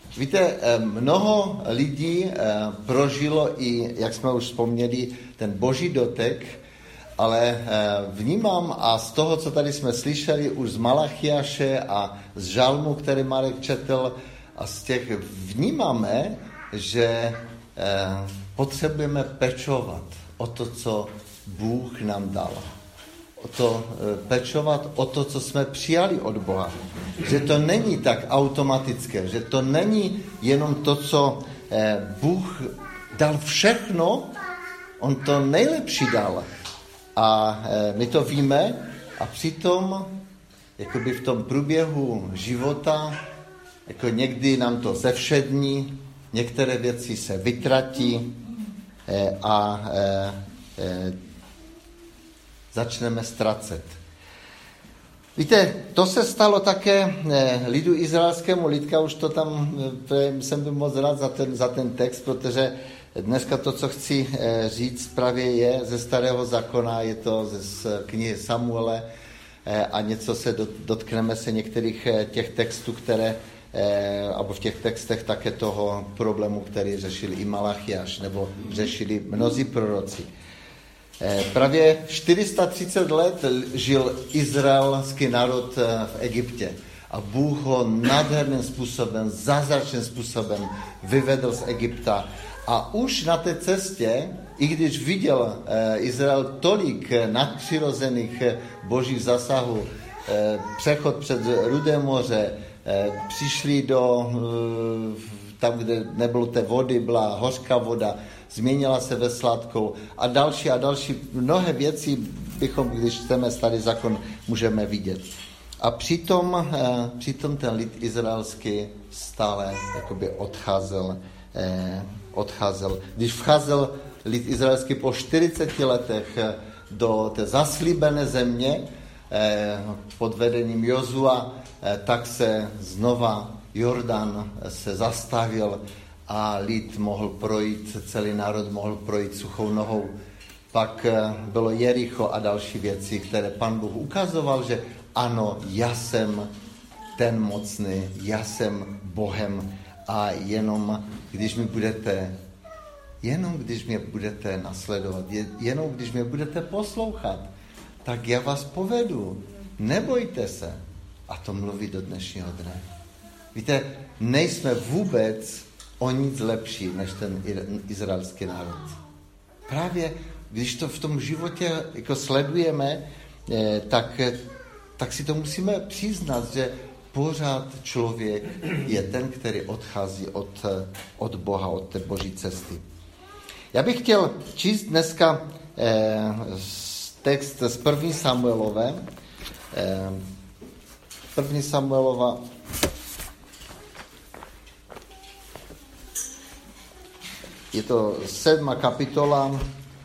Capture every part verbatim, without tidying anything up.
Víte, mnoho lidí prožilo i, jak jsme už vzpomněli, ten boží dotek, ale vnímám a z toho, co tady jsme slyšeli už z Malachiaše a z žalmu, který Marek četl, a z těch vnímáme, že potřebujeme pečovat o to, co Bůh nám dal. O to pečovat, o to, co jsme přijali od Boha. Že to není tak automatické, že to není jenom to, co Bůh dal všechno, on to nejlepší dal. A my to víme a přitom jakoby v tom průběhu života jako někdy nám to zevšední, některé věci se vytratí a začneme ztracet. Víte, to se stalo také lidu izraelskému. Lidka už to tam, jsem byl moc rád za ten, za ten text, protože dneska to, co chci říct, právě je ze Starého zákona, je to z knihy Samuele a něco se dotkneme se některých těch textů, které, nebo v těch textech také toho problému, který řešil i Malachiáš, nebo řešili mnozí proroci. Právě čtyři sta třicet let žil izraelský národ v Egyptě a Bůh ho nádherným způsobem, zázračným způsobem vyvedl z Egypta. A už na té cestě, i když viděl Izrael tolik nadpřirozených božích zásahů, přechod přes Rudé moře, přišli do, tam, kde nebylo té vody, byla hořká voda, změnila se ve sladkou a další a další mnohé věci bychom, když chceme Starý zákon, můžeme vidět. A přitom, přitom ten lid izraelský stále jakoby odcházel, odcházel. Když vcházel lid izraelský po čtyřiceti letech do té zaslíbené země pod vedením Jozua, tak se znova Jordan se zastavil a lid mohl projít, celý národ mohl projít suchou nohou. Pak bylo Jericho a další věci, které Pan Bůh ukazoval, že ano, já jsem ten mocný, já jsem Bohem a jenom když mi budete, jenom když mě budete nasledovat, jenom když mě budete poslouchat, tak já vás povedu. Nebojte se. A to mluví do dnešního dne. Víte, nejsme vůbec o nic lepší než ten izraelský národ. Právě když to v tom životě jako sledujeme, tak, tak si to musíme přiznat, že pořád člověk je ten, který odchází od, od Boha, od té boží cesty. Já bych chtěl číst dneska eh, text z první Samuelové. Eh, první Samuelova je to sedmá kapitola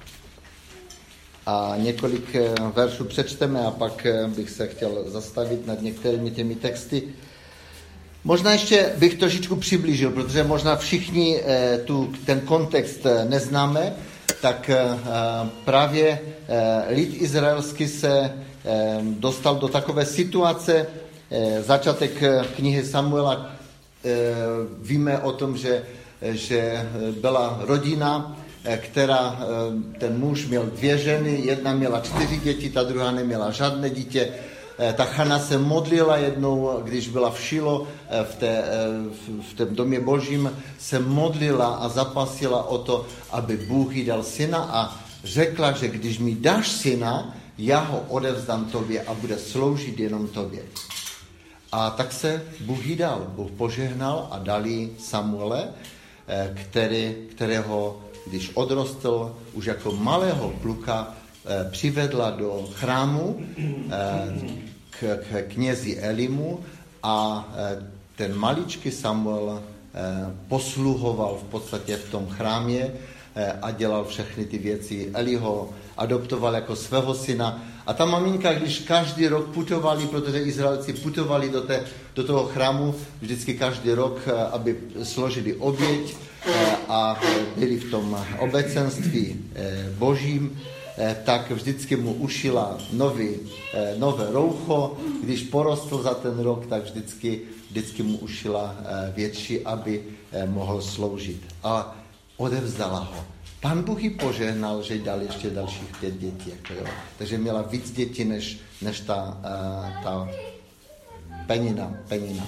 a několik veršů přečteme a pak bych se chtěl zastavit nad některými těmi texty. Možná ještě bych trošičku přiblížil, protože možná všichni tu, ten kontext neznáme, tak právě lid izraelský se dostal do takové situace, začátek knihy Samuela, víme o tom, že že byla rodina, která, ten muž měl dvě ženy, jedna měla čtyři děti, ta druhá neměla žádné dítě. Ta Chana se modlila jednou, když byla v Šilo, v, té, v tom domě božím, se modlila a zapasila o to, aby Bůh jí dal syna a řekla, že když mi dáš syna, já ho odevzdám tobě a bude sloužit jenom tobě. A tak se Bůh jí dal. Bůh požehnal a dal jí Samuele, který, kterého, když odrostl, už jako malého kluka přivedla do chrámu k, k knězi Elimu a ten maličký Samuel posluhoval v podstatě v tom chrámě a dělal všechny ty věci. Eli ho adoptoval jako svého syna. A ta maminka, když každý rok putovali, protože Izraelci putovali do, té, do toho chrámu, vždycky každý rok, aby složili oběť a byli v tom obecenství božím, tak vždycky mu ušila nový, nové roucho. Když porostl za ten rok, tak vždycky, vždycky mu ušila větší, aby mohl sloužit. A odevzdala ho. Pán Bůh ji požehnal, že jí dal ještě dalších pět dětí. Jako jo. Takže měla víc dětí, než, než ta, ta penina. penina.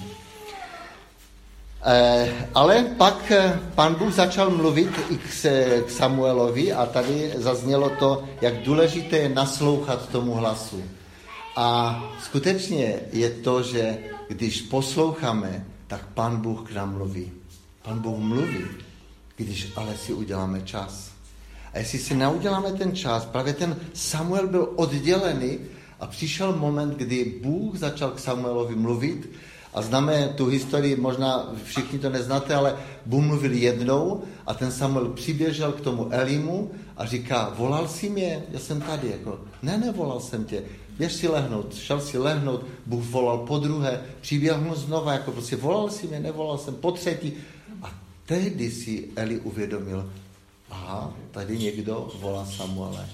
Ale pak Pán Bůh začal mluvit i k Samuelovi a tady zaznělo to, jak důležité je naslouchat tomu hlasu. A skutečně je to, že když posloucháme, tak Pán Bůh k nám mluví. Pán Bůh mluví, když ale si uděláme čas. A jestli si neuděláme ten čas, právě ten Samuel byl oddělený a přišel moment, kdy Bůh začal k Samuelovi mluvit. A známe tu historii, možná všichni to neznáte, ale Bůh mluvil jednou a ten Samuel přiběžel k tomu Elimu a říká, volal jsi mě? Já jsem tady. Jako, ne, nevolal jsem tě. Běž si lehnout. Šel si lehnout, Bůh volal po druhé, přiběhl znova, jako prostě volal jsi mě, nevolal jsem po třetí. A tehdy si Eli uvědomil, aha, tady někdo volá Samuele.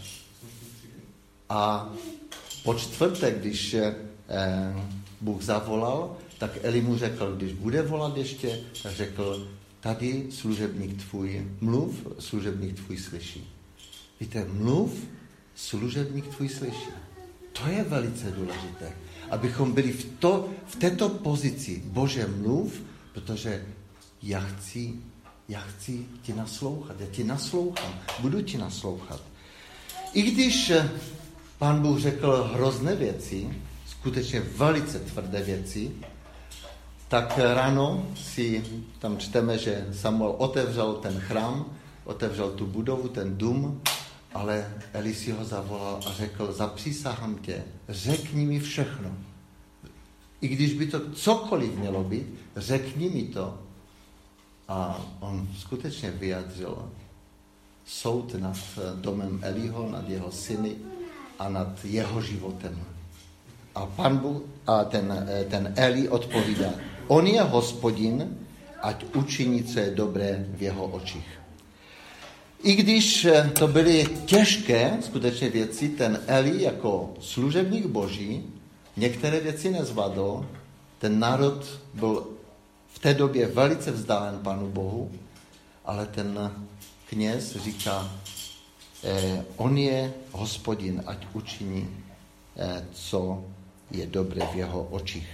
A po čtvrté, když eh, Bůh zavolal, tak Eli mu řekl, když bude volat ještě, tak řekl, tady služebník tvůj, mluv, služebník tvůj slyší. Víte, mluv, služebník tvůj slyší. To je velice důležité, abychom byli v, to, v této pozici. Bože, mluv, protože já chci, já chci ti naslouchat, já ti naslouchám, budu ti naslouchat. I když Pán Bůh řekl hrozné věci, skutečně velice tvrdé věci, tak ráno si tam čteme, že Samuel otevřel ten chrám, otevřel tu budovu, ten dům, ale Eli si ho zavolal a řekl, zapřísahám tě, řekni mi všechno. I když by to cokoliv mělo být, řekni mi to. A on skutečně vyjádřil soud nad domem Eliho, nad jeho syny a nad jeho životem. A Pán Bůh, a ten, ten Eli odpovídá, on je Hospodin, ať učiní, co je dobré v jeho očích. I když to byly těžké skutečně věci, ten Eli jako služebník Boží některé věci nezvládl, ten národ byl v té době velice vzdálen Pánu Bohu, ale ten kněz říká, eh, on je Hospodin, ať učiní, eh, co je dobré v jeho očích.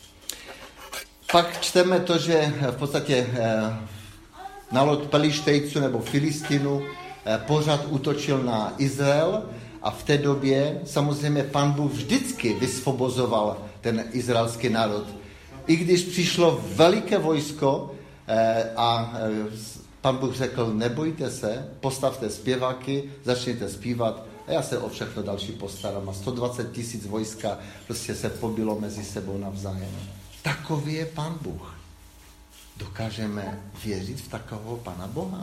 Pak čteme to, že v podstatě eh, národ Pelištejců nebo Filistinu eh, pořád útočil na Izrael a v té době samozřejmě Pán Bůh vždycky vysvobozoval ten izraelský národ. I když přišlo veliké vojsko eh, a eh, Pán Bůh řekl, nebojte se, postavte zpěváky, začněte zpívat a já se o všechno další postarám. A sto dvacet tisíc vojska prostě se pobilo mezi sebou navzájem. Takový je Pán Bůh. Dokážeme věřit v takového Pana Boha?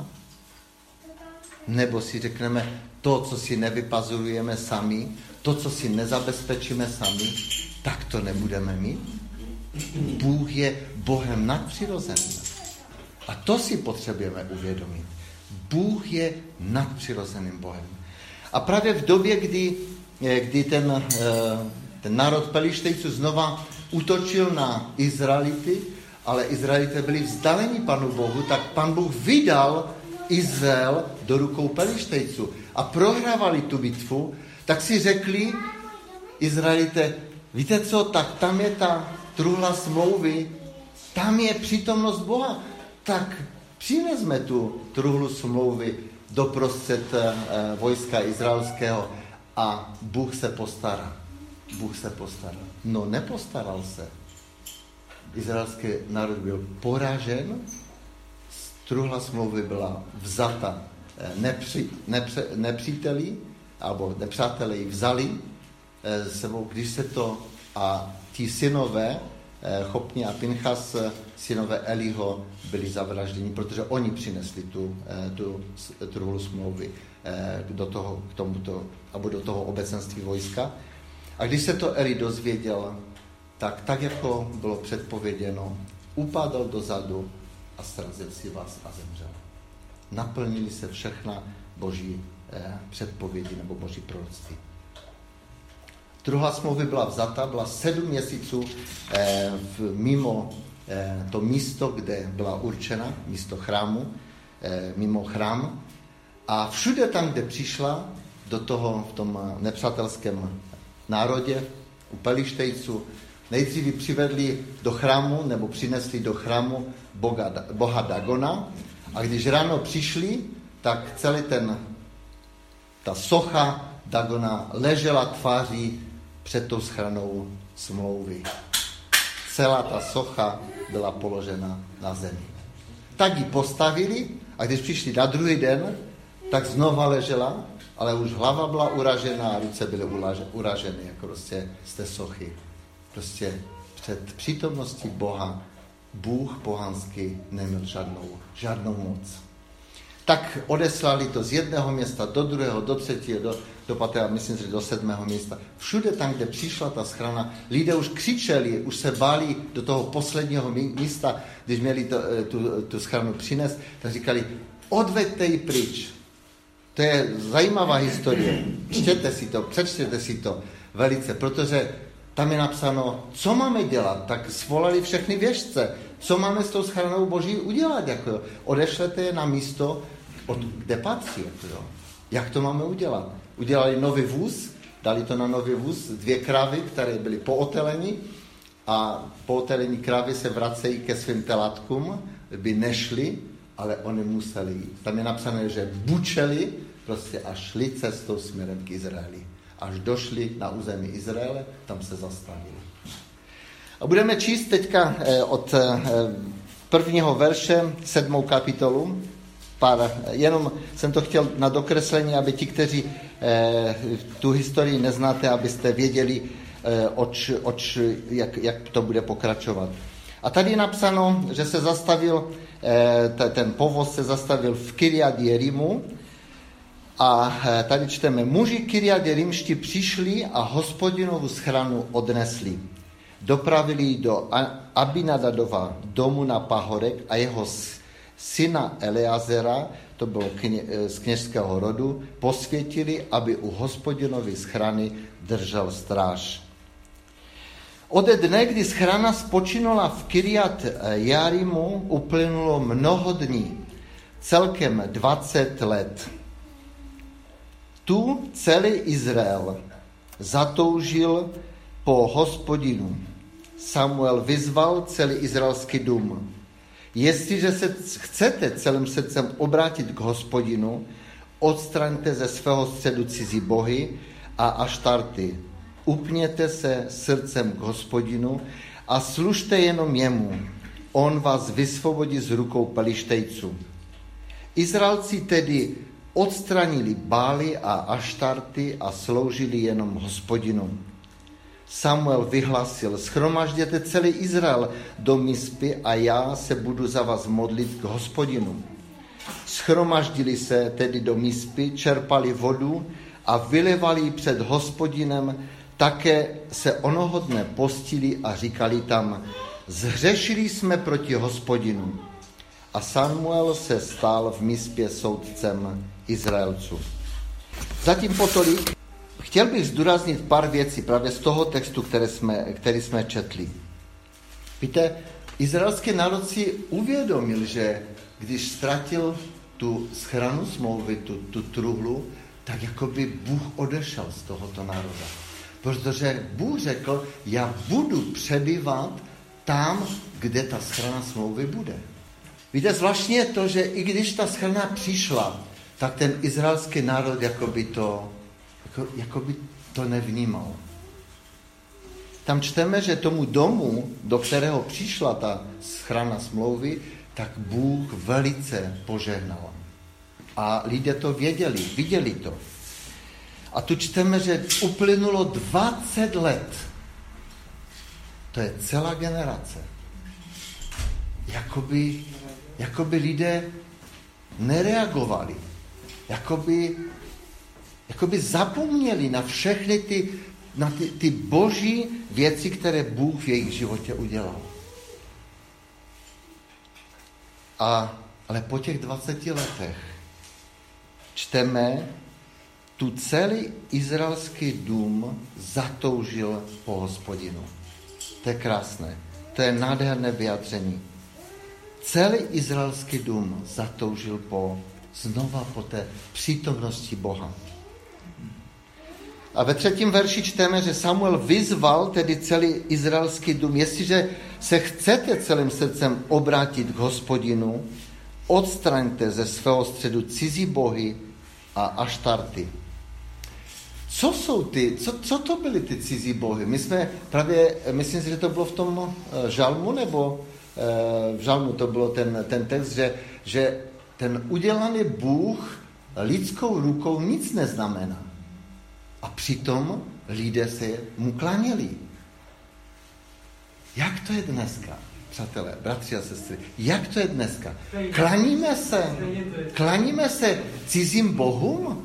Nebo si řekneme, to, co si nevypazurujeme sami, to, co si nezabezpečíme sami, tak to nebudeme mít? Bůh je Bohem nadpřirozeným. A to si potřebujeme uvědomit. Bůh je nadpřirozeným Bohem. A právě v době, kdy, kdy ten, ten národ Pelištejců znova útočil na Izraelity, ale Izraelité byli vzdáleni Panu Bohu, tak Pan Bůh vydal Izrael do rukou Pelištejců a prohrávali tu bitvu, tak si řekli Izraelité, víte co, tak tam je ta truhla smlouvy, tam je přítomnost Boha, tak přinesme tu truhlu smlouvy doprostřed vojska izraelského a Bůh se postará. Bůh se postaral. No nepostaral se. Izraelský národ byl poražen, truhla smlouvy byla vzata nepři, nepře, nepříteli, alebo nepřátelé ji vzali sebou, když se to a ti synové, Chopni a Pinchas, synové Eliho, byli zavražděni, protože oni přinesli tu, tu truhlu smlouvy do toho, k tomuto, alebo do toho obecenství vojska. A když se to Eli dozvěděl, tak tak, jako bylo předpověděno, upadl dozadu a srazil si vás a zemřel. naplnili se všechna boží eh, předpovědi nebo boží proroctví. Druhá smlouva byla vzata, byla sedm měsíců eh, v, mimo eh, to místo, kde byla určena, místo chrámu, eh, mimo chrám. A všude tam, kde přišla, do toho v tom nepřátelském národě, u Pelištejců, nejdříve přivedli do chrámu, nebo přinesli do chrámu boha, boha Dagona. A když ráno přišli, tak celý ten, ta socha Dagona ležela tváří před tou schranou smlouvy. Celá ta socha byla položena na zemi. Tak ji postavili a když přišli na druhý den, tak znova ležela, ale už hlava byla uražená a ruce byly uraženy, jako prostě z té sochy. Prostě před přítomností Boha Bůh pohanský neměl žádnou, žádnou moc. Tak odeslali to z jedného města do druhého, do třetího, do, do pátého, myslím, že do sedmého místa. Všude tam, kde přišla ta schrana, lidé už křičeli, už se báli do toho posledního místa, když měli to, tu, tu schranu přinést, tak říkali, odveďte ji pryč. To je zajímavá historie. Čtěte si to, přečtěte si to velice, protože tam je napsáno, co máme dělat. Tak svolali všechny věžce. Co máme s tou schranou Boží udělat? Jako, odešlete je na místo, od, kde patří. Jako, jak to máme udělat? Udělali nový vůz, dali to na nový vůz, dvě krávy, které byly pooteleny a pootelení krávy se vracejí ke svým telátkům, by nešli, ale oni museli jít. Tam je napsané, že bučeli prostě a šli cestou směrem k Izraeli. Až došli na území Izraele, tam se zastavili. A budeme číst teďka od prvního verše sedmou kapitolu. Pár, jenom jsem to chtěl na dokreslení, aby ti, kteří tu historii neznáte, abyste věděli, oč, oč, jak, jak to bude pokračovat. A tady je napsáno, že se zastavil, ten povoz se zastavil v Kirjat Jerimu. A tady čteme, muži Kirjat Jerimští přišli a Hospodinovu schranu odnesli. Dopravili ji do Abinadadova domu na Pahorek a jeho syna Eleazera, to bylo kně, z kněžského rodu, posvětili, aby u Hospodinovy schrany držel stráž. Ode dne, kdy schrana spočinula v Kirjat Jerimu, uplynulo mnoho dní, celkem dvacet let. Tu celý Izrael zatoužil po Hospodinu. Samuel vyzval celý izraelský dům. Jestliže se chcete celým srdcem obrátit k Hospodinu, odstraňte ze svého středu cizí bohy a aštarty. Upněte se srdcem k Hospodinu a služte jenom jemu. On vás vysvobodí z rukou Pelištejců. Izraelci tedy odstranili Bály a Aštarty a sloužili jenom Hospodinu. Samuel vyhlasil, shromažděte celý Izrael do Mispy a já se budu za vás modlit k Hospodinu. Shromaždili se tedy do Mispy, čerpali vodu a vylevali ji před Hospodinem, také se onoho dne postili a říkali tam, zhřešili jsme proti Hospodinu. A Samuel se stal v Mispě soudcem Izraelců. Zatím potolik. Chtěl bych zdůraznit pár věcí právě z toho textu, který jsme, který jsme četli. Víte, izraelský národ si uvědomil, že když ztratil tu schranu smlouvy, tu, tu truhlu, tak jako by Bůh odešel z tohoto národa. Protože Bůh řekl, já budu přebývat tam, kde ta schrana smlouvy bude. Víte, zvláštně je to, že i když ta schrana přišla, tak ten izraelský národ jakoby to, jako, jakoby to nevnímal. Tam čteme, že tomu domu, do kterého přišla ta schrana smlouvy, tak Bůh velice požehnal. A lidé to věděli, viděli to. A tu čteme, že uplynulo dvacet let. To je celá generace. Jakoby, jakoby lidé nereagovali. Jakoby, jakoby zapomněli na všechny ty, na ty, ty boží věci, které Bůh v jejich životě udělal. A Ale po těch dvaceti letech čteme, tu celý izraelský dům zatoužil po Hospodinu. To je krásné. To je nádherné vyjádření. Celý izraelský dům zatoužil po, znova po té přítomnosti Boha. A ve třetím verši čteme, že Samuel vyzval tedy celý izraelský dům, jestliže se chcete celým srdcem obrátit k Hospodinu, odstraňte ze svého středu cizí bohy a aštarty. Co jsou ty, co, co to byly ty cizí bohy? My jsme právě, myslím si, že to bylo v tom žalmu, nebo v žalmu to bylo ten, ten text, že, že ten udělaný Bůh lidskou rukou nic neznamená. A přitom lidé se mu klaněli. Jak to je dneska, přátelé, bratři a sestry? Jak to je dneska? Klaníme se, klaníme se cizím bohům?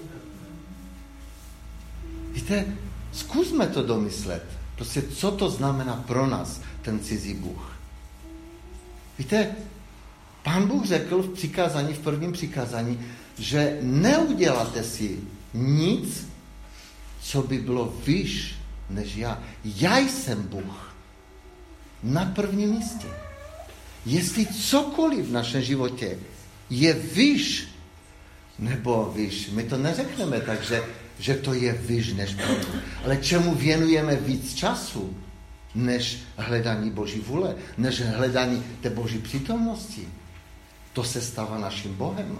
Víte, zkusme to domyslet. Prostě, co to znamená pro nás, ten cizí Bůh. Víte, Pán Bůh řekl v přikázání, v prvním přikázání, že neuděláte si nic, co by bylo výš než já. Já jsem Bůh. Na prvním místě. Jestli cokoliv v našem životě je výš nebo výš, my to neřekneme tak, že, že to je výš než Bohu. Ale čemu věnujeme víc času, než hledání Boží vůle, než hledání té Boží přítomnosti. To se stává naším Bohem.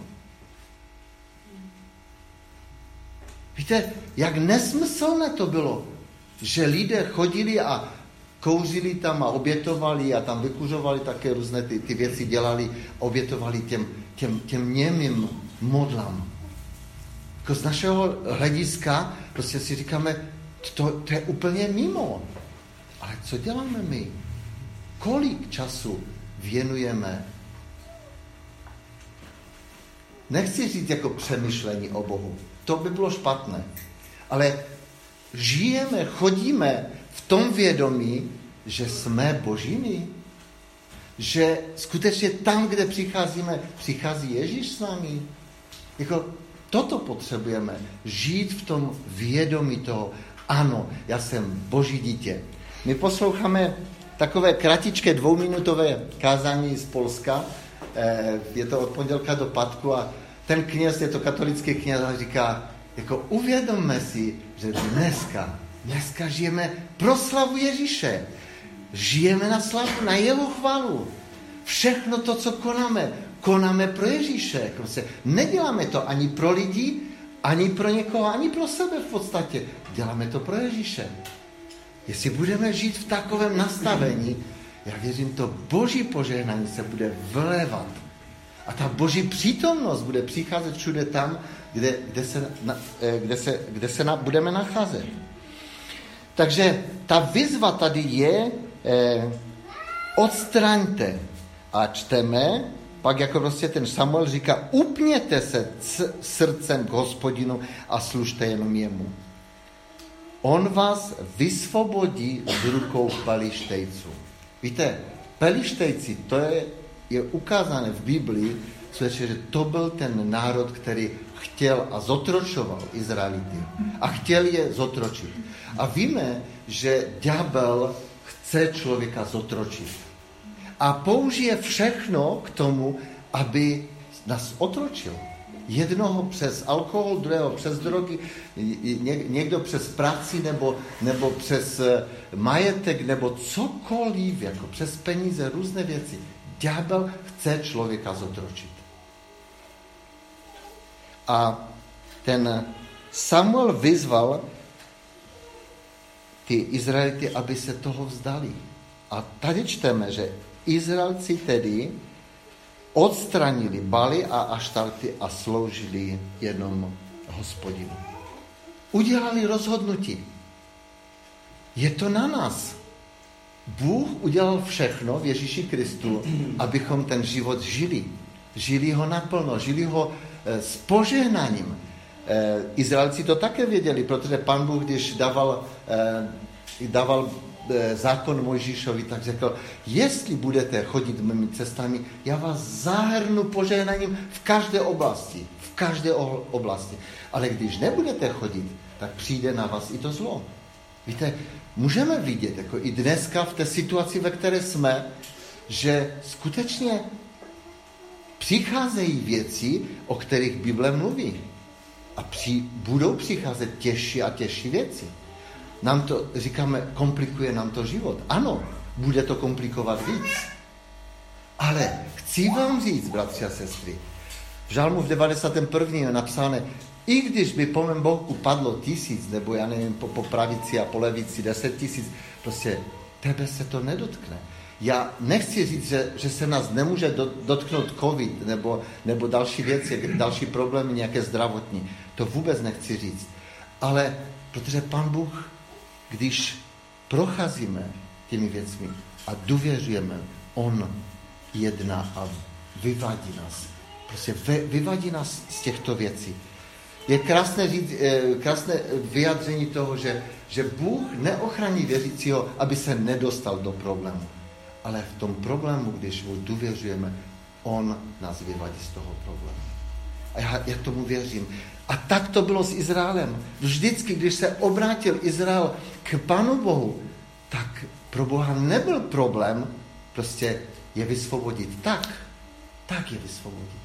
Víte, jak nesmyslné to bylo, že lidé chodili a kouřili tam a obětovali a tam vykuřovali také různé ty, ty věci, dělali, obětovali těm, těm, těm němým modlám. Jako z našeho hlediska prostě si říkáme, to, to je úplně mimo. Ale co děláme my? Kolik času věnujeme? Nechci říct jako přemýšlení o Bohu. To by bylo špatné. Ale žijeme, chodíme v tom vědomí, že jsme božími. Že skutečně tam, kde přicházíme, přichází Ježíš s námi. Jako toto potřebujeme. Žít v tom vědomí toho, ano, já jsem Boží dítě. My posloucháme takové kratičké dvouminutové kázání z Polska. Je to od pondělka do pátku a ten kněz, je to katolický kněz, a říká, jako uvědomme si, že dneska, dneska žijeme pro slavu Ježíše. Žijeme na slavu, na jeho chválu. Všechno to, co konáme, konáme pro Ježíše. Jako se, neděláme to ani pro lidi, ani pro někoho, ani pro sebe v podstatě. Děláme to pro Ježíše. Jestli budeme žít v takovém nastavení, já věřím, to Boží požehnání se bude vlévat. A ta Boží přítomnost bude přicházet všude tam, kde, kde se, kde se, kde se na, budeme nacházet. Takže ta výzva tady je, eh, odstraňte. A čteme, pak jako prostě ten Samuel říká, upněte se c- srdcem k Hospodinu a služte jenom jemu. On vás vysvobodí z rukou Pelištejců. Víte, Pelištejci, to je, je ukázané v Biblii, že to byl ten národ, který chtěl a zotročoval Izraelity. A chtěl je zotročit. A víme, že ďábel chce člověka zotročit. A použije všechno k tomu, aby nás otročil. Jednoho přes alkohol, druhého přes drogy, někdo přes práci nebo, nebo přes majetek nebo cokoliv, jako přes peníze, různé věci. Ďábel chce člověka zotročit. A ten Samuel vyzval ty Izraelity, aby se toho vzdali. A tady čteme, že Izraelci tedy odstranili Baly a Aštarty a sloužili jenom Hospodinu. Udělali rozhodnutí. Je to na nás. Bůh udělal všechno v Ježíši Kristu, abychom ten život žili. Žili ho naplno, žili ho e, s požehnáním. E, Izraelci to také věděli, protože Pán Bůh, když dával, e, dával zákon Mojžíšovi, tak řekl, jestli budete chodit mými cestami, já vás zahrnu požehnaním v každé oblasti. V každé oblasti. Ale když nebudete chodit, tak přijde na vás i to zlo. Víte, můžeme vidět, jako i dneska v té situaci, ve které jsme, že skutečně přicházejí věci, o kterých Bible mluví. A při, budou přicházet těžší a těžší věci. Nám to, říkáme, komplikuje nám to život. Ano, bude to komplikovat víc. Ale chci vám říct, bratři a sestry, v Žalmu v devadesátém prvním je napsáno, i když by po mém boku padlo tisíc, nebo já nevím, po, po pravici a po levici deset tisíc, prostě tebe se to nedotkne. Já nechci říct, že, že se nás nemůže dotknout covid nebo, nebo další věci, další problémy, nějaké zdravotní. To vůbec nechci říct. Ale protože Pán Bůh, když procházíme těmi věcmi a důvěřujeme, on jedná a vyvádí nás. Prostě vyvádí nás z těchto věcí. Je krásné, říct, krásné vyjádření toho, že, že Bůh neochrání věřícího, aby se nedostal do problému. Ale v tom problému, když mu důvěřujeme, on nás vyvádí z toho problému. A já, já tomu věřím. A tak to bylo s Izraelem. Vždycky, když se obrátil Izrael k Pánu Bohu, tak pro Boha nebyl problém prostě je vysvobodit. Tak, tak je vysvobodit.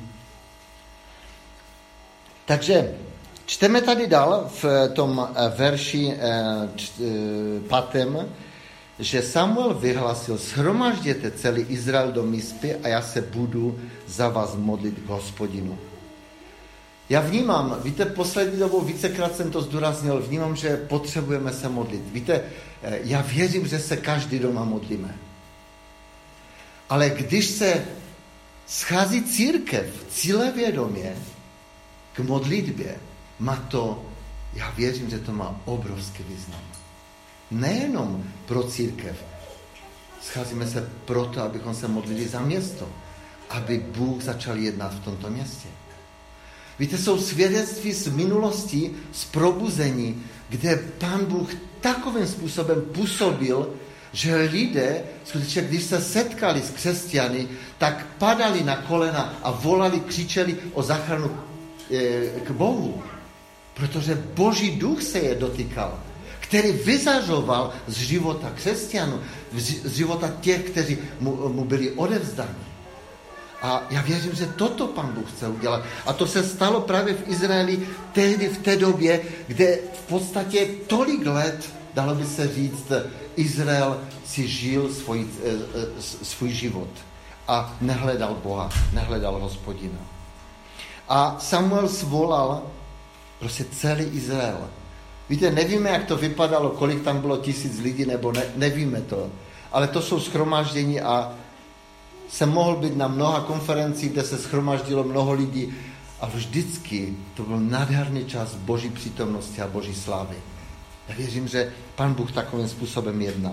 Takže čteme tady dál v tom verši pátém, že Samuel vyhlásil, shromažděte celý Izrael do Mispy a já se budu za vás modlit k Hospodinu. Já vnímám, víte, poslední dobou vícekrát jsem to zdůraznil, vnímám, že potřebujeme se modlit. Víte, já věřím, že se každý doma modlíme. Ale když se schází církev cílevědomě k modlitbě, má to, já věřím, že to má obrovský význam. Nejenom pro církev. Scházíme se proto, abychom se modlili za město. Aby Bůh začal jednat v tomto městě. Víte, jsou svědectví z minulosti, z probuzení, kde Pán Bůh takovým způsobem působil, že lidé, skutečně, když se setkali s křesťany, tak padali na kolena a volali, křičeli o záchranu e, k Bohu. Protože Boží duch se je dotýkal, který vyzařoval z života křesťanů, z života těch, kteří mu, mu byli odevzdáni. A já věřím, že toto Pán Bůh chce udělat. A to se stalo právě v Izraeli tehdy v té době, kde v podstatě tolik let, dalo by se říct, Izrael si žil svůj, svůj život a nehledal Boha, nehledal Hospodina. A Samuel svolal prostě celý Izrael. Víte, nevíme, jak to vypadalo, kolik tam bylo tisíc lidí, nebo ne, nevíme to. Ale to jsou shromáždění a jsem mohl být na mnoha konferencích, kde se shromáždilo mnoho lidí a vždycky to byl nádherný čas Boží přítomnosti a Boží slávy. Já věřím, že Pán Bůh takovým způsobem jedná.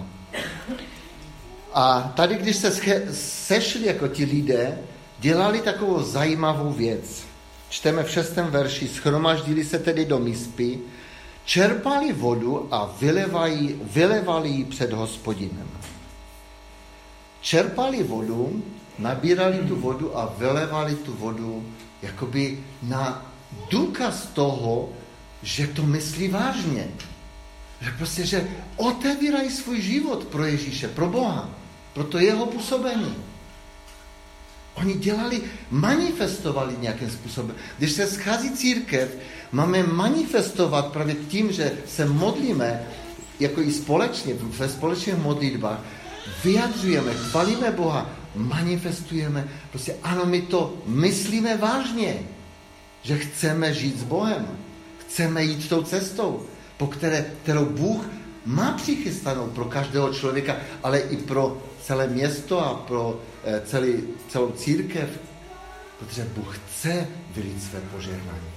A tady, když se sešli jako ti lidé, dělali takovou zajímavou věc. Čteme v šestém verši, shromáždili se tedy do Mispy, čerpali vodu a vylevali, vylevali ji před Hospodinem. Čerpali vodu, nabírali tu vodu a vylevali tu vodu jakoby na důkaz toho, že to myslí vážně. Že prostě, že otevírají svůj život pro Ježíše, pro Boha, pro to jeho působení. Oni dělali, manifestovali nějakým způsobem. Když se schází církev, máme manifestovat právě tím, že se modlíme, jako i společně, ve společných modlitbách, vyjadřujeme, chvalíme Boha, manifestujeme, prostě ano, my to myslíme vážně, že chceme žít s Bohem, chceme jít tou cestou, po které, kterou Bůh má přichystanou pro každého člověka, ale i pro celé město a pro eh, celý, celou církev, protože Bůh chce vylít své požehnání.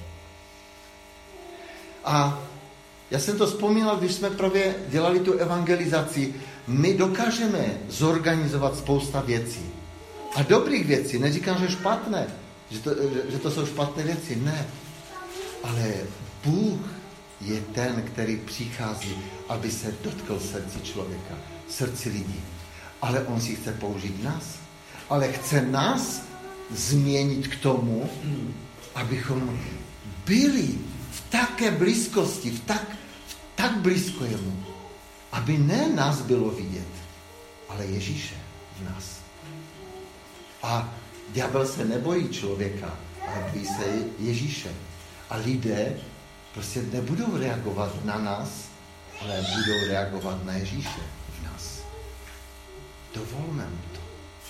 A já jsem to vzpomínal, když jsme právě dělali tu evangelizaci, my dokážeme zorganizovat spousta věcí. A dobrých věcí, neříkám, že špatné, že to, že, že to jsou špatné věci, ne. Ale Bůh je ten, který přichází, aby se dotkl srdci člověka, srdci lidí. Ale on si chce použít nás. Ale chce nás změnit k tomu, abychom byli v také blízkosti, v tak, v tak blízko jemu, aby ne nás bylo vidět, ale Ježíše v nás. A ďábel se nebojí člověka, ale bojí se Ježíše. A lidé prostě nebudou reagovat na nás, ale budou reagovat na Ježíše v nás. Dovolme mu to.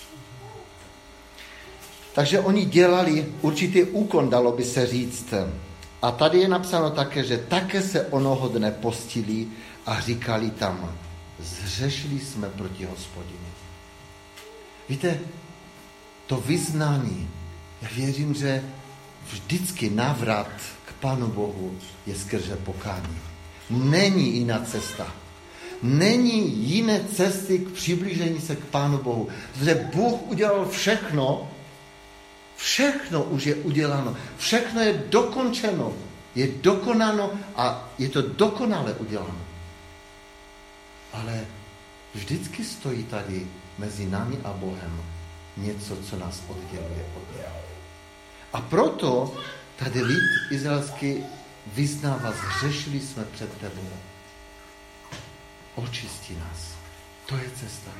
Takže oni dělali určitý úkon, dalo by se říct. A tady je napsáno také, že také se onoho dne postili a říkali tam, zřešili jsme proti Hospodinu. Víte, to vyznání, já věřím, že vždycky návrat k Pánu Bohu je skrze pokání. Není jiná cesta. Není jiné cesty k přiblížení se k Pánu Bohu. Protože Bůh udělal všechno, všechno už je uděláno. Všechno je dokončeno. Je dokonáno a je to dokonale uděláno. Ale vždycky stojí tady mezi námi a Bohem něco, co nás odděluje od něho. A proto tady lid izraelský vyznává, zřešili jsme před tebou. Očistí nás. To je cesta.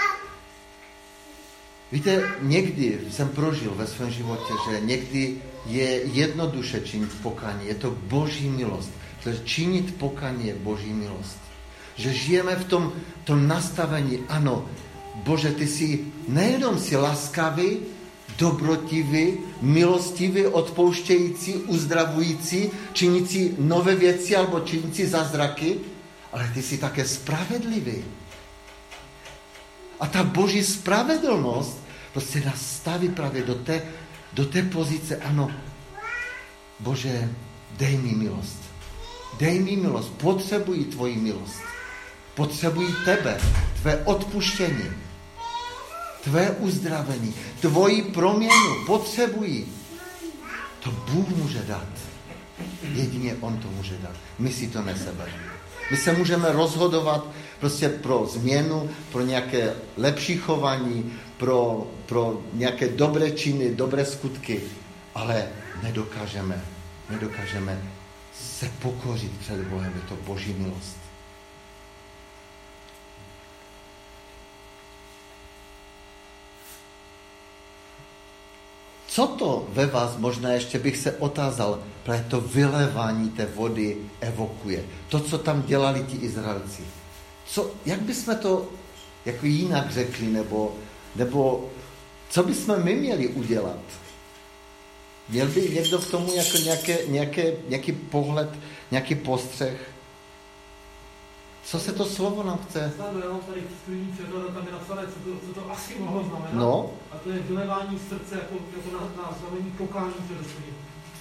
Víte, někdy jsem prožil ve svém životě, že někdy je jednoduše činit pokání. Je to Boží milost. Protože činit pokání je Boží milost. Že žijeme v tom, tom nastavení, ano, Bože, ty jsi nejenom si laskavý, dobrotivý, milostivý, odpouštějící, uzdravující, činící nové věci alebo činící zázraky, ale ty jsi také spravedlivý. A ta Boží spravedlnost prostě nás staví právě do té, do té pozice, ano, Bože, dej mi milost. Dej mi milost, potřebuji tvoji milost. Potřebují tebe, tvé odpuštění, tvé uzdravení, tvoji proměnu, potřebují. To Bůh může dát. Jedině on to může dát. My si to nesebereme. My se můžeme rozhodovat prostě pro změnu, pro nějaké lepší chování, pro, pro nějaké dobré činy, dobré skutky, ale nedokážeme, nedokážeme se pokořit před Bohem. Je to Boží milost. Co to ve vás, možná ještě bych se otázal, právě to vylévání té vody evokuje. To, co tam dělali ti Izraelci. Co, jak bychom to jako jinak řekli, nebo, nebo co bychom my měli udělat? Měl by někdo k tomu jako nějaké, nějaké, nějaký pohled, nějaký postřeh? Co se to slovo nám chce? Snad, já mám tady skvělý překlad, tam je napsané, co to, co to asi mohlo znamenat. No. A to je vylevání srdce jako, jako na, na znamení pokání před Hospodinem.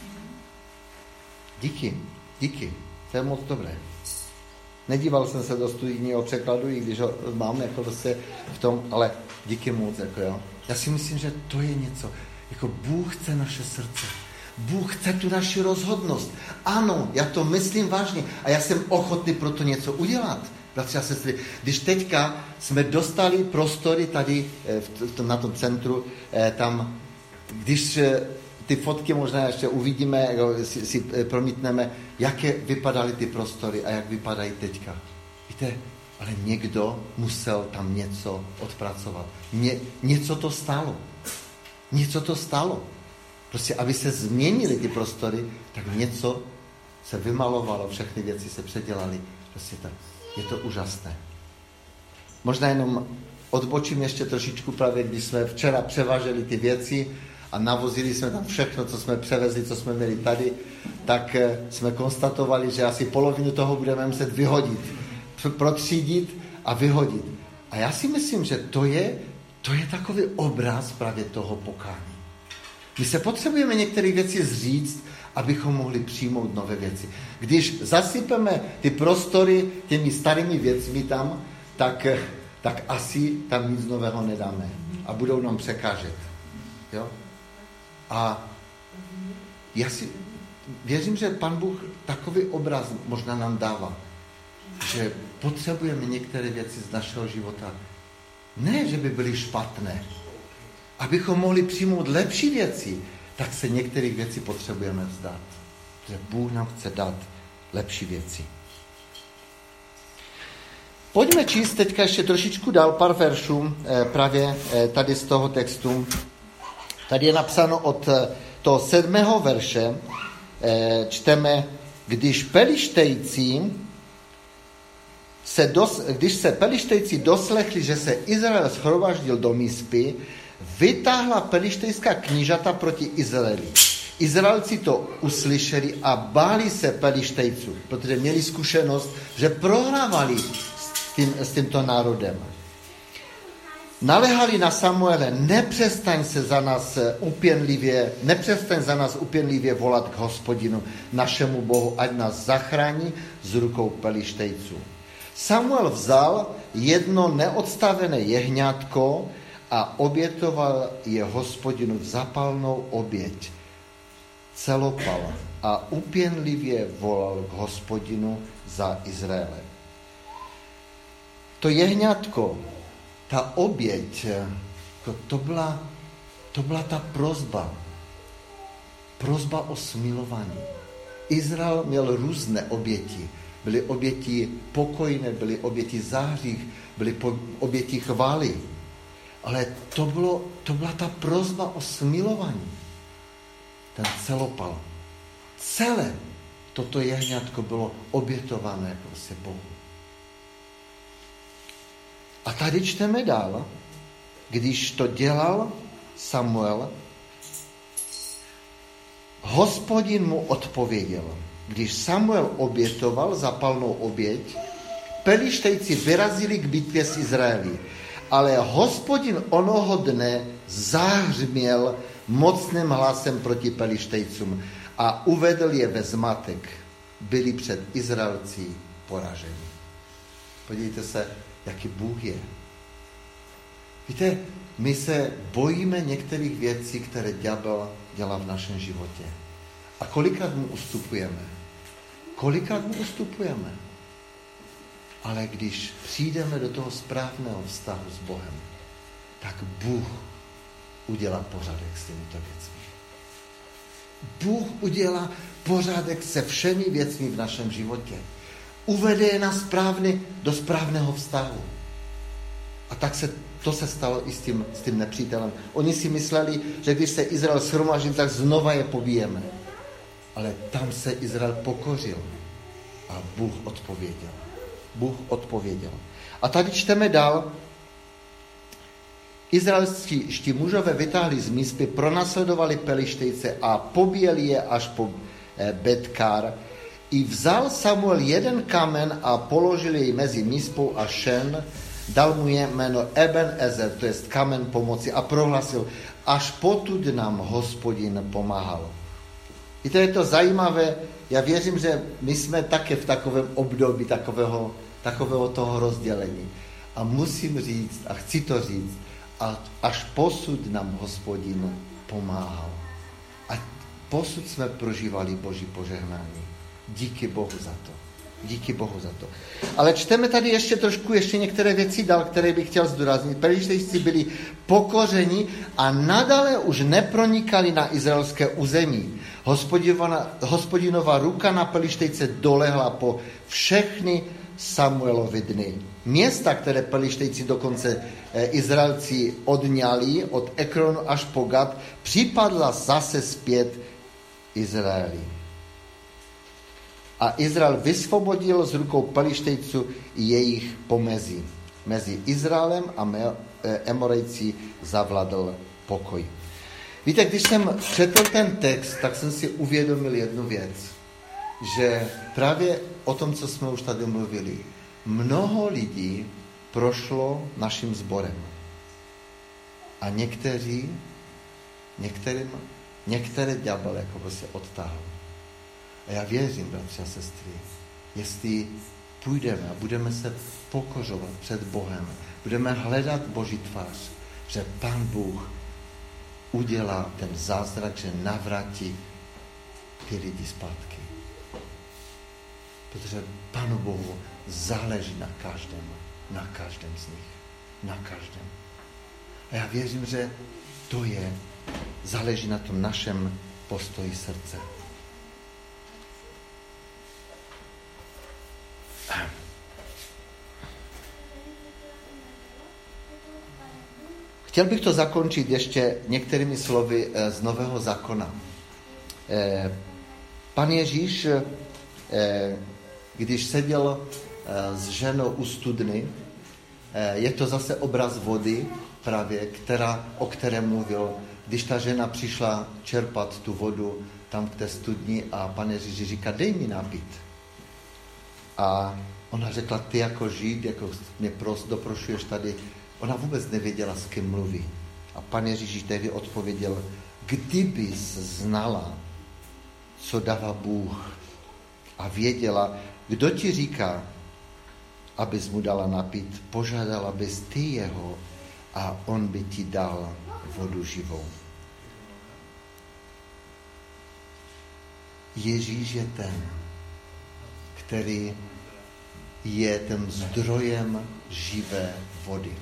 Díky, díky. To je moc dobré. Nedíval jsem se do studijního překladu, i když ho mám jako vlastně v tom, ale díky moc. Jako jo. Já si myslím, že to je něco. Jako Bůh chce naše srdce. Bůh chce tu naši rozhodnost. Ano, já to myslím vážně a já jsem ochotný pro to něco udělat. Bratři a sestry, když teďka jsme dostali prostory tady v tom, na tom centru, tam, když ty fotky možná ještě uvidíme, si, si promítneme, jaké vypadaly ty prostory a jak vypadají teďka. Víte, ale někdo musel tam něco odpracovat. Ně, něco to stálo. Něco to stálo. Prostě, aby se změnily ty prostory, tak něco se vymalovalo, všechny věci se předělaly. Prostě tak. Je to úžasné. Možná jenom odbočím ještě trošičku právě, když jsme včera převáželi ty věci a navozili jsme tam všechno, co jsme převezli, co jsme měli tady, tak jsme konstatovali, že asi polovinu toho budeme muset vyhodit, protřídit a vyhodit. A já si myslím, že to je, to je takový obraz právě toho pokání. My se potřebujeme některé věci zříct, abychom mohli přijmout nové věci. Když zasypeme ty prostory těmi starými věcmi tam, tak, tak asi tam nic nového nedáme. A budou nám překážet. Jo? A já si, věřím, že Pan Bůh takový obraz možná nám dává, že potřebujeme některé věci z našeho života. Ne, že by byly špatné. Abychom mohli přijmout lepší věci, tak se některých věcí potřebujeme vzdát. Že Bůh nám chce dát lepší věci. Pojďme číst teďka ještě trošičku dál pár veršů právě tady z toho textu. Tady je napsáno od toho sedmého verše, čteme, když Pelištejci se dos, když se Pelištejci doslechli, že se Izrael shromaždil do Mispy, vytáhla pelištejská knížata proti Izraeli. Izraelci to uslyšeli a báli se Pelištejců, protože měli zkušenost, že prohrávali s, tím, s tímto národem. Nalehali na Samuele, nepřestaň se za nás upěnlivě, nepřestaň za nás upěnlivě volat k Hospodinu, našemu Bohu, ať nás zachrání z rukou Pelištejců. Samuel vzal jedno neodstavené jehňátko a obětoval je Hospodinu v zapalnou oběť, celopal, a upěnlivě volal k Hospodinu za Izraele. To jehňátko, ta oběť, to byla, to byla ta prosba. Prosba o smilování. Izrael měl různé oběti. Byly oběti pokojné, byly oběti za hřích, byly oběti chvály. Ale to, bylo, to byla ta prosba o smilování. Ten celopal. Celé toto jehňátko bylo obětované prostě Bohu. A tady čteme dál, když to dělal Samuel, Hospodin mu odpověděl. Když Samuel obětoval zapalnou oběť, Pelištejci vyrazili k bitvě s Izraeli. Ale Hospodin onoho dne zahřměl mocným hlasem proti Pelištejcům a uvedl je ve zmatek. Byli před Izraelci poraženi. Podívejte se, jaký Bůh je. Víte, my se bojíme některých věcí, které ďábel dělá v našem životě. A kolikrát mu ustupujeme? Kolikrát mu ustupujeme? Ale když přijdeme do toho správného vztahu s Bohem, tak Bůh udělá pořádek s těmito věcmi. Bůh udělá pořádek se všemi věcmi v našem životě. Uvede je na správný, do správného vztahu. A tak se, to se stalo i s tím, s tím nepřítelem. Oni si mysleli, že když se Izrael shromáždil, tak znova je pobijeme. Ale tam se Izrael pokořil a Bůh odpověděl. Bůh odpověděl. A tady čteme dál. Izraelští mužové vytáhli z Mispy, pronásledovali Pelištejce a pobíjeli je až po Betkár. I vzal Samuel jeden kamen a položil jej mezi Mispou a Šen, dal mu je jméno Eben Ezer, to jest kamen pomoci, a prohlasil, až potud nám Hospodin pomáhal. I to je to zajímavé, já věřím, že my jsme také v takovém období takového, takového toho rozdělení. A musím říct, a chci to říct, a až posud nám Hospodin pomáhal. A posud jsme prožívali Boží požehnání. Díky Bohu za to. Díky Bohu za to. Ale čteme tady ještě trošku, ještě některé věci dál, které bych chtěl zdůraznit. Pelištejci byli pokořeni a nadále už nepronikali na izraelské území. Hospodinova ruka na Pelištejce dolehla po všechny Samuelovy dny. Města, které Pelištejci dokonce Izraelci odňali od Ekronu až po Gat, připadla zase zpět Izraeli. A Izrael vysvobodil z rukou Pelištejců i jejich pomezí. Mezi Izraelem a Emorejci zavladl pokoj. Víte, když jsem četl ten text, tak jsem si uvědomil jednu věc, že právě o tom, co jsme už tady mluvili, mnoho lidí prošlo naším sborem. A někteří, některým, některé ďábel jako prostě odtáhl. A já věřím, bratři a sestry, jestli půjdeme a budeme se pokořovat před Bohem, budeme hledat Boží tvář, že Pán Bůh udělá ten zázrak, že navrátí ty lidi zpátky. Protože Pánu Bohu záleží na každém, na každém z nich. Na každém. A já věřím, že to je, záleží na tom našem postoji srdce. Chtěl bych to zakončit ještě některými slovy z Nového zákona. Pan Ježíš, když seděl s ženou u studny, je to zase obraz vody, právě, která, o které mluvil, když ta žena přišla čerpat tu vodu tam v té studni a Pan Ježíš říká, dej mi napít. A ona řekla, ty jako Žid, jako mě pros, doprošuješ tady. Ona vůbec nevěděla, s kým mluví. A Pan Ježíš tehdy odpověděl, kdybys znala, co dává Bůh a věděla, kdo ti říká, abys mu dala napít, požádala bys ty jeho a on by ti dal vodu živou. Ježíš je ten, který je ten zdrojem živé vody.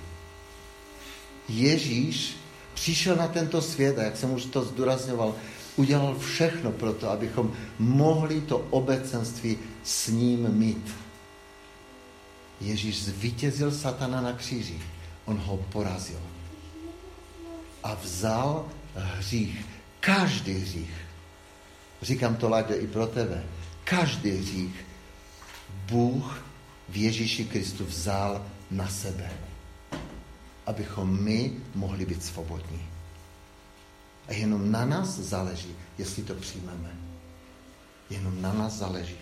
Ježíš přišel na tento svět a jak jsem už to zdůrazňoval, udělal všechno pro to, abychom mohli to obecenství s ním mít. Ježíš zvítězil satana na kříži. On ho porazil. A vzal hřích. Každý hřích. Říkám to, Láďo, i pro tebe. Každý hřích Bůh v Ježíši Kristu vzal na sebe. Abychom my mohli být svobodní. A jenom na nás záleží, jestli to přijmeme. Jenom na nás záleží.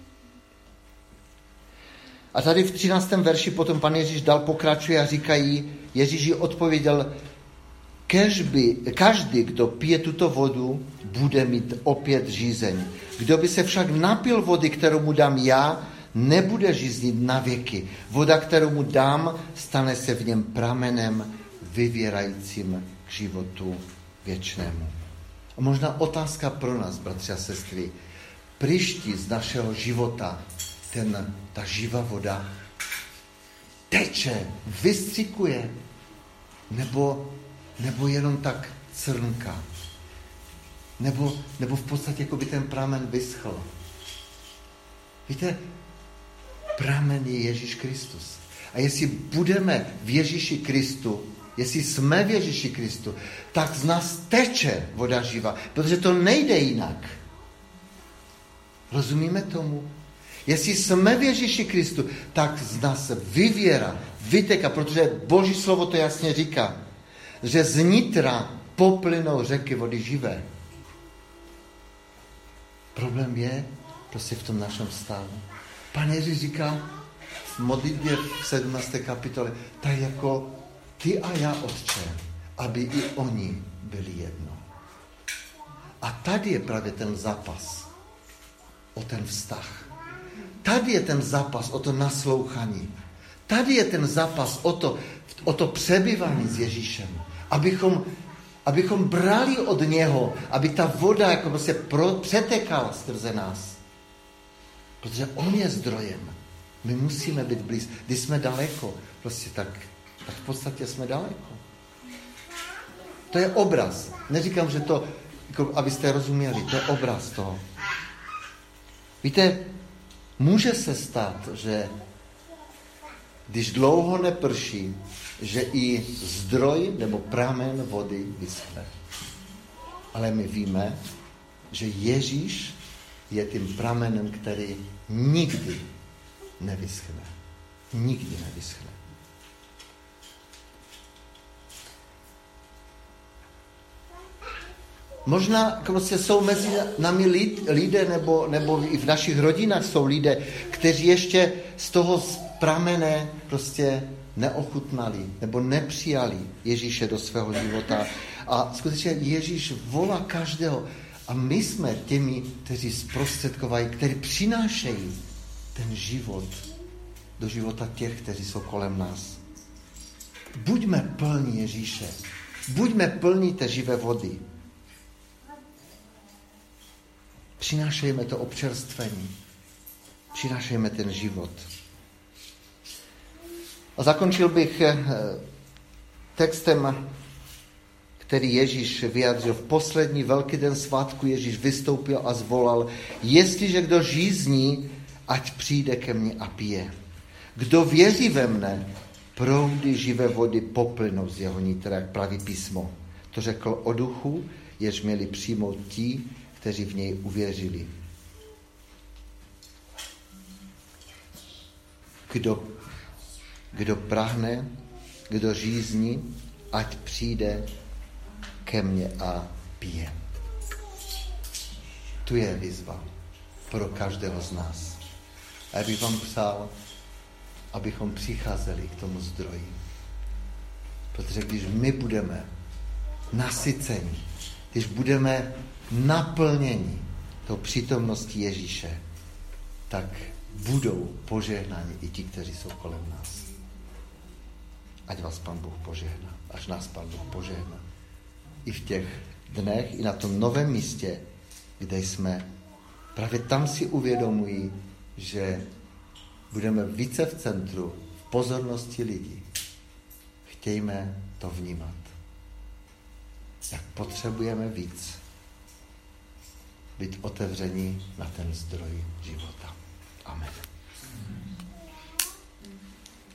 A tady v třináctém verši potom Pan Ježíš dal pokračuje a říkají, Ježíš odpověděl, každý, každý, kdo pije tuto vodu, bude mít opět žízeň. Kdo by se však napil vody, kterou mu dám já, nebude žíznit na věky. Voda, kterou mu dám, stane se v něm pramenem vyvěrajícím k životu věčnému. A možná otázka pro nás, bratři a sestry. Příští z našeho života ten, ta živá voda teče, vystřikuje, nebo, nebo jenom tak crnká. Nebo, nebo v podstatě jako by ten pramen vyschl. Víte, pramen je Ježíš Kristus. A jestli budeme v Ježíši Kristu, jestli jsme v Ježíši Kristu, tak z nás teče voda živa, protože to nejde jinak. Rozumíme tomu? Jestli jsme v Ježíši Kristu, tak z nás vyvěra, vyteká, protože Boží slovo to jasně říká, že z nitra poplynou řeky vody živé. Problém je prostě v tom našem stavu. Pan Ježíš říká v modlitbě v sedmnácté kapitole, tak jako ty a já, Otče, aby i oni byli jedno. A tady je právě ten zápas o ten vztah. Tady je ten zápas o to naslouchání. Tady je ten zápas o to, o to přebývání s Ježíšem. Abychom, abychom brali od něho, aby ta voda jako se pro, přetekala skrze nás. Protože on je zdrojem. My musíme být blíz. Když jsme daleko, prostě tak, tak v podstatě jsme daleko. To je obraz. Neříkám, že to, jako, abyste rozuměli, to je obraz toho. Víte, může se stát, že když dlouho neprší, že i zdroj nebo pramen vody vyschne. Ale my víme, že Ježíš je tím pramenem, který nikdy nevyschne. Nikdy nevyschne. Možná prostě jsou mezi námi lidé, nebo, nebo i v našich rodinách jsou lidé, kteří ještě z toho pramene prostě neochutnali nebo nepřijali Ježíše do svého života. A skutečně Ježíš volá každého. A my jsme těmi, kteří zprostředkovají, kteří přinášejí ten život do života těch, kteří jsou kolem nás. Buďme plní Ježíše. Buďme plní té živé vody. Přinášejme to občerstvení. Přinášejme ten život. A zakončil bych textem, který Ježíš vyjádřil. V poslední velký den svátku Ježíš vystoupil a zvolal: jestliže kdo žízní, ať přijde ke mně a pije. Kdo věří ve mne, proudy živé vody poplynou z jeho nitra, jak praví písmo. To řekl o duchu, jež měli přijmout ti, kteří v něj uvěřili. Kdo, kdo prahne, kdo žízní, ať přijde ke mně a pije. Tu je výzva pro každého z nás. A já bych vám psal, abychom přicházeli k tomu zdroji. Protože když my budeme nasyceni, když budeme naplněni tou přítomností Ježíše, tak budou požehnáni i ti, kteří jsou kolem nás. Ať vás Pán Bůh požehná, až nás Pán Bůh požehná. I v těch dnech, i na tom novém místě, kde jsme, právě tam si uvědomují, že budeme více v centru, v pozornosti lidí. Chtějme to vnímat. Jak potřebujeme víc být otevření na ten zdroj života. Amen.